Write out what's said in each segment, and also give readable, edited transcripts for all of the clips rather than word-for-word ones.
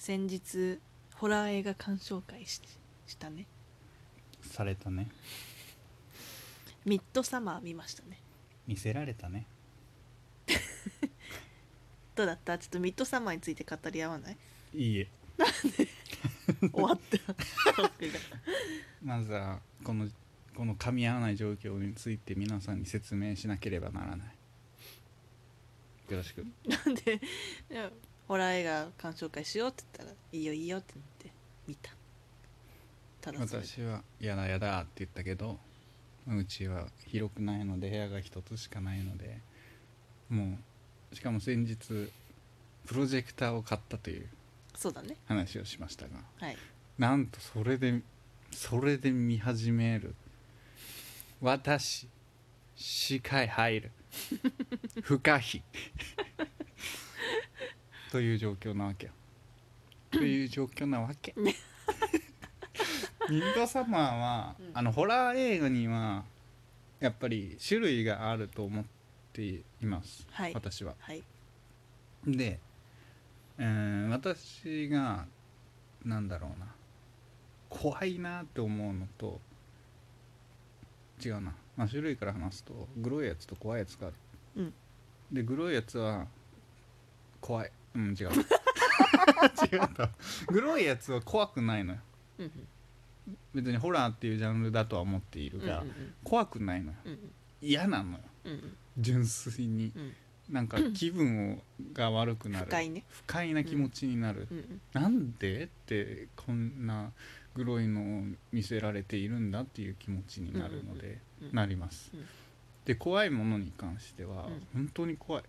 先日ホラー映画鑑賞会したね。 されたね。 ミッドサマー見ましたね。 見せられたね。 どうだった？ちょっとミッドサマーについて語り合わない？ いいえ。 終わったまずはこの噛み合わない状況について皆さんに説明しなければならない。よろしく。 なんでいやホラー映画鑑賞会しようって言ったらいいよいいよって言って見た。ただそれ私はやだやだって言ったけど、うちは広くないので部屋が一つしかないので、もうしかも先日プロジェクターを買ったというそうだね。 話をしましたが、 はい。 なんとそれで見始める私、視界入る不可避という状況なわけよ。という状況なわけ。ミッドサマーは、ホラー映画にはやっぱり種類があると思っています、 はい、 私は。 はい、 で、私がなんだろうな、怖いなって思うのと違うな、種類から話すとグロいやつと怖いやつがある、でグロいやつは怖い、違う違ったグロいやつは怖くないのよ、別にホラーっていうジャンルだとは思っているが、怖くないのよ、嫌なのよ、純粋に、なんか気分が悪くなる、不快な気持ちになる、なんでってこんなグロいのを見せられているんだっていう気持ちになるので、なります、で怖いものに関しては、本当に怖い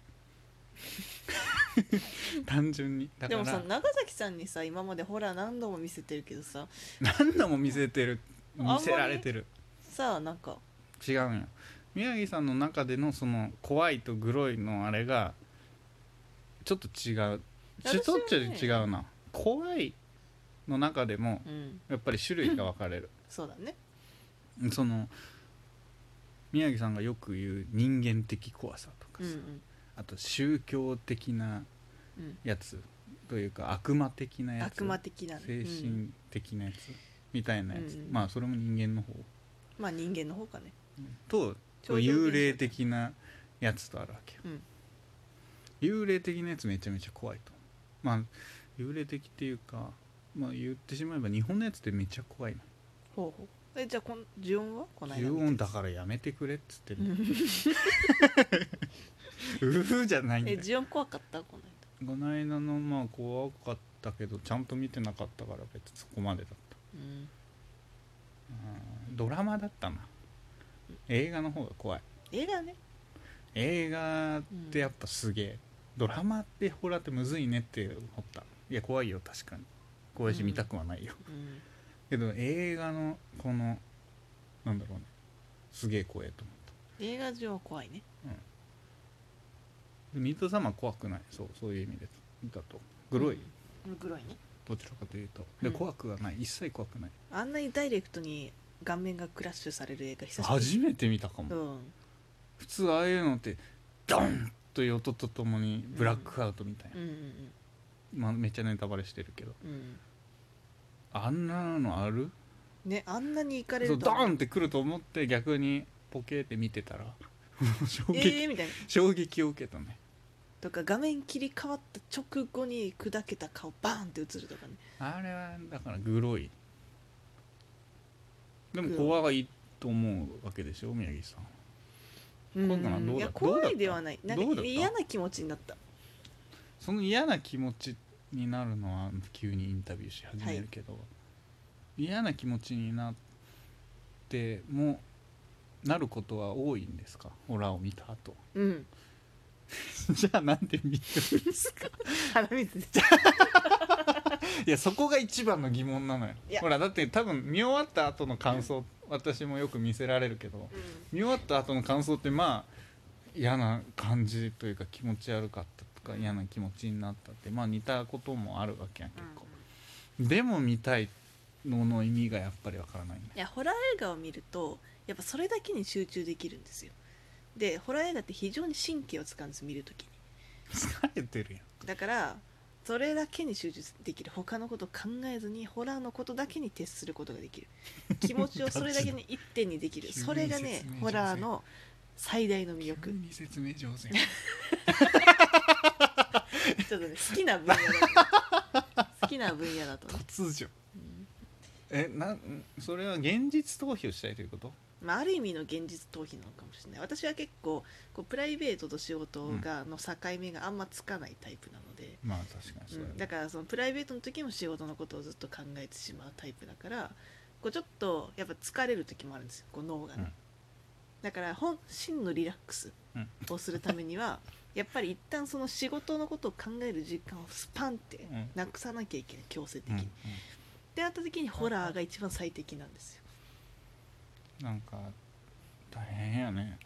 単純に。だからでもさ、長崎さんにさ今までホラー何度も見せてるけどさ、 何度も見せられてるさあ、なんか違うんよ。宮城さんの中でのその怖いとグロいのあれがちょっと違う、ちょっと違うな。怖いの中でもやっぱり種類が分かれるそうだね。 その宮城さんがよく言う人間的怖さとかさ、あと宗教的なやつというか悪魔的なやつ、 悪魔的な、 精神的なやつみたいなやつ、まあそれも人間の方、 まあ人間の方かね、 と幽霊的なやつとあるわけよ、幽霊的なやつめちゃめちゃ怖いと。まあ幽霊的っていうか、まあ言ってしまえば日本のやつってめっちゃ怖いの。 ほうほう。じゃあ呪音はこの間呪音だからやめてくれっつってんのうふじゃないんだよ。 呪音怖かった？この間のまあ怖かったけどちゃんと見てなかったから別にそこまでだった、ドラマだったな。映画の方が怖い。 映画ね。 映画ってやっぱすげえ、ドラマってホラーってむずいねって思った。いや怖いよ、確かに怖いし見たくはないよ、けど映画のこのなんだろうね、すげえ怖えと思った。 映画上は怖いね。 ミッドサマー怖くない。そういう意味でだとグロい、 グロいね。 どちらかというとで、怖くはない、一切怖くない。 あんなにダイレクトに顔面がクラッシュされる映画久しぶり。 初めて見たかも、普通ああいうのってドンという音とともにブラックアウトみたいな、まあ、めっちゃネタバレしてるけど、あんなのあるね、あんなにいかれるとドーンってくると思って逆にポケーって見てたら衝撃、 みたいな衝撃を受けたね。 とか画面切り替わった直後に砕けた顔バーンって映るとかね。あれはだからグロい。でも怖いと思うわけでしょ宮城さん。怖くない？どうだった？ いや怖いではない。なんか嫌な気持ちになった。 その嫌な気持ちになるのは急にインタビューし始めるけど、嫌な気持ちになってもなることは多いんですか、ホラーを見た後。じゃあなんで見てるんですか鼻水出ちゃいやそこが一番の疑問なのよ。ほらだって多分見終わった後の感想、私もよく見せられるけど、見終わった後の感想ってまあ嫌な感じというか気持ち悪かったとか嫌な気持ちになったってまあ似たこともあるわけやん結構、でも見たいの意味がやっぱりわからないね。 いやホラー映画を見るとやっぱそれだけに集中できるんですよ。でホラー映画って非常に神経を使うんです、見るときに。 疲れてるやん。 だからそれだけに集中できる、他のことを考えずにホラーのことだけに徹することができる、気持ちをそれだけに一点にできるそれがねホラーの最大の魅力。 急に説明上手やちょっとね好きな分野だと好きな分野だと、ね、 突如、それは現実逃避をしたいということ？ まあ、ある意味の現実逃避なのかもしれない。私は結構こうプライベートと仕事がの境目があんまつかないタイプなので、 まあ確かにそうだね、 だからそのプライベートの時も仕事のことをずっと考えてしまうタイプだから、こうちょっとやっぱ疲れる時もあるんですよ、こう脳がね、だから真のリラックスをするためには、やっぱり一旦その仕事のことを考える時間をスパンってなくさなきゃいけない、強制的に、ってなった時にホラーが一番最適なんですよ。 なんか大変やね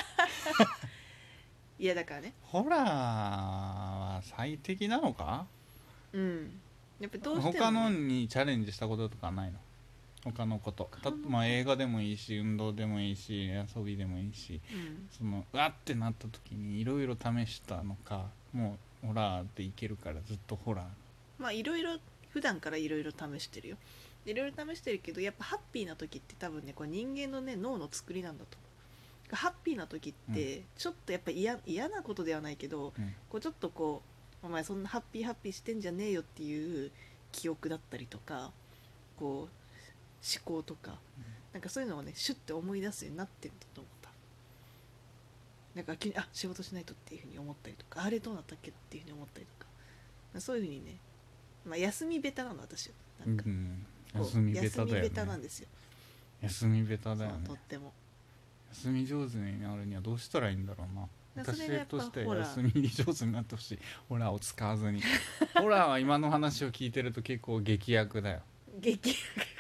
いやだからね、 ホラーは最適なのか？ やっぱどうしても、ね、 他のにチャレンジしたこととかないの？他のことまあ映画でもいいし、運動でもいいし、遊びでもいいし、そのうわってなった時にいろいろ試したのか、もうホラーでいけるからずっとホラー。 まあいろいろ普段からいろいろ試してるよ。いろいろ試してるけど、やっぱハッピーな時って多分ね、これ人間のね脳の作りなんだと思う。ハッピーな時ってちょっとやっぱ嫌なことではないけど、こうちょっとこうお前そんなハッピーしてんじゃねえよっていう記憶だったりとか、こう思考とか、なんかそういうのをねシュッて思い出すようになってるんだと思った。なんか急に仕事しないとっていうふうに思ったりとか、あれどうなったっけっていうふうに思ったりとか、そういうふうにね、まあ休みベタなの私はなんか、 休みベタだよね。 休みベタなんですよ。 休みベタだよね。 とっても休み上手になるにはどうしたらいいんだろうな。私としては休み上手になってほしい。ホラーを使わずにホラーは今の話を聞いてると結構劇薬だよ。劇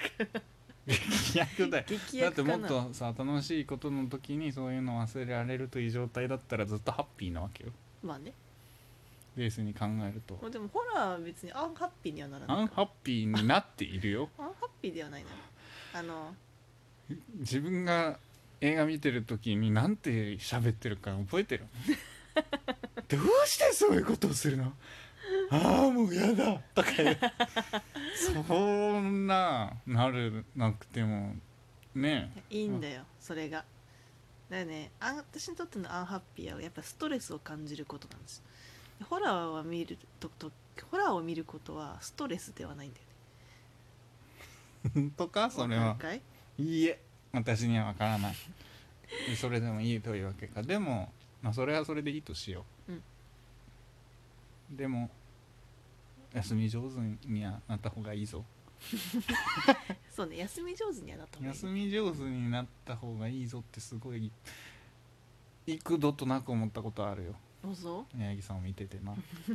薬だよ。だってもっとさ、楽しいことの時にそういうの忘れられるという状態だったらずっとハッピーなわけよ。 まあね、 ベースに考えると。 でもホラーは別にアンハッピーにはならない。 アンハッピーになっているよアンハッピーではないな。 自分が映画見てる時になんて喋ってるか覚えてる？どうしてそういうことをするの？もうやだとか言うそんななくてもね、 いいんだよそれが。だからね、私にとってのアンハッピーはやっぱストレスを感じることなんです。ホラーを見ることはストレスではないんだよね。 本当かそれは。いいえ、私には分からないそれでもいいというわけか。でも、まあ、それはそれでいいとしよう、でも休み上手にはなった方がいいぞそうね、休み上手にはなった方がいい。 休み上手になった方がいいぞってすごい幾度となく思ったことあるよ。宮城さんを見ててな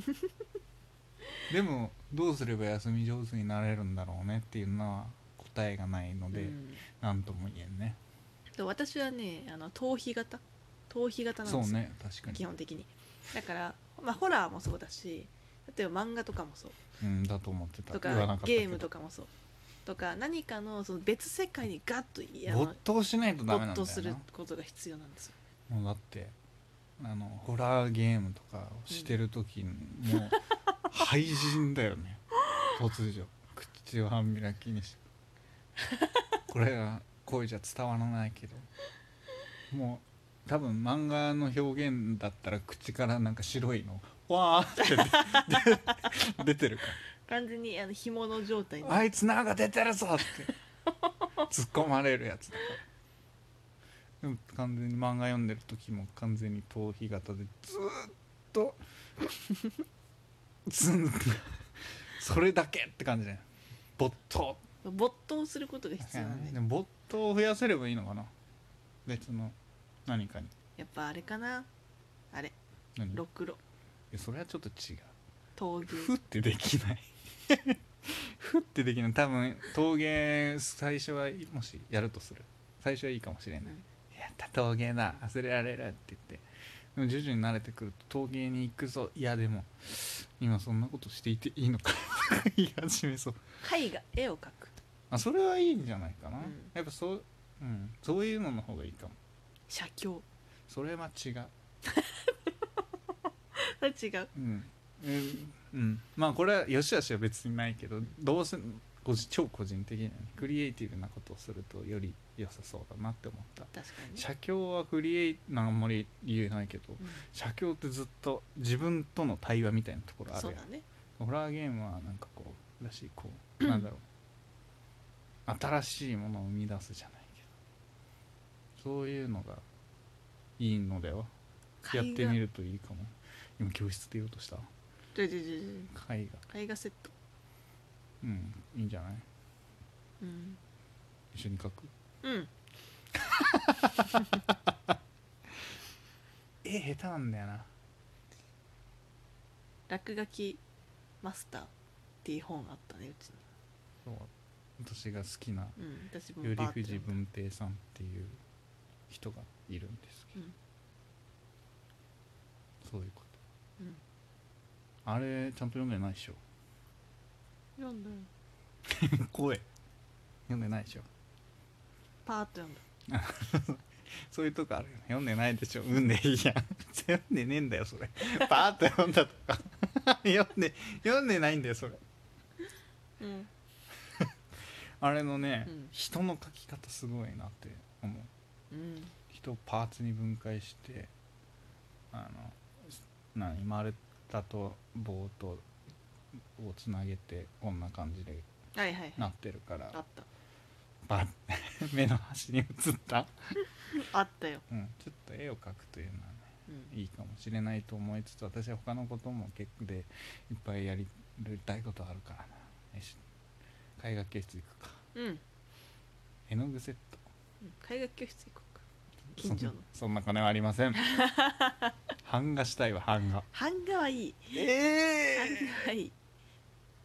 でもどうすれば休み上手になれるんだろうねっていうのは答えがないので、なんとも言えんね。 私はね、逃避型なんですよ。 そうね、確かに基本的に。だから、まあ、ホラーもそうだし、例えば漫画とかもそう、 だと思ってた。 とかゲームとかもそうとか、何かのその別世界にガッと没頭しないとダメなんだよな。 没頭することが必要なんですよ。 もうだってホラーゲームとかをしてる時にもう廃人だよね突如口を半開きにしてこれが声じゃ伝わらないけど、もう多分漫画の表現だったら口からなんか白いのわーって出てるから完全に干物状態にあいつなんか出てるぞって突っ込まれるやつだから。でも完全に漫画読んでる時も完全に逃避型でずーっとそれだけって感じで没頭することが必要なんで、 でも没頭を増やせればいいのかな、別の何かに。 やっぱあれかな、ろくろ。 それはちょっと違う。 陶芸ふってできないふってできない。多分陶芸最初はもしやるとする、最初はいいかもしれない、やった陶芸だ忘れられるって言って、でも徐々に慣れてくると陶芸に行くぞ、いやでも今そんなことしていていいのか言い始めそう。 絵を描く、 それはいいんじゃないかな、やっぱそういうのの方がいいかも。 写経、 それは違う違う、 まあこれは良し悪しは別にないけど、どうせ超個人的にはね、クリエイティブなことをするとより良さそうだなって思った。 確かに、 写経はクリエイあんまり言えないけど、写経ってずっと自分との対話みたいなところあるやん。 そうだね。 ホラーゲームはなんかこうだし、こうなんだろう新しいものを生み出すじゃないけど、そういうのがいいのでは。やってみるといいかも。今教室で言おうとした。絵画セット。 いいんじゃない。一緒に描く。下手なんだよな。 落書きマスターっていう本あったね、うちに。 そう、私が好きな私も頼藤文平さんっていう人がいるんですけど、そういうこと、あれちゃんと読んでないでしょ。 読んだよ。 声読んでないでしょ。 パーッと読んだ。 そういうとこあるよね。読んでないでしょ。でいいやん。読んでねえんだよそれ。パーッと読んだとか読んでないんだよそれ。あれのね、人の描き方すごいなって思う。人をパーツに分解して、丸太と棒とをつなげてこんな感じでなってるから、 あった目の端に映ったあったよ、 ちょっと絵を描くというのはね、いいかもしれないと思いつつ、私は他のことも結構でいっぱいやりたいことあるからな。絵画教室行くか。絵の具セット、 絵画教室行こうか。近所の。 そんな金はありません。版画したいわ。版画はいい。版画はいい。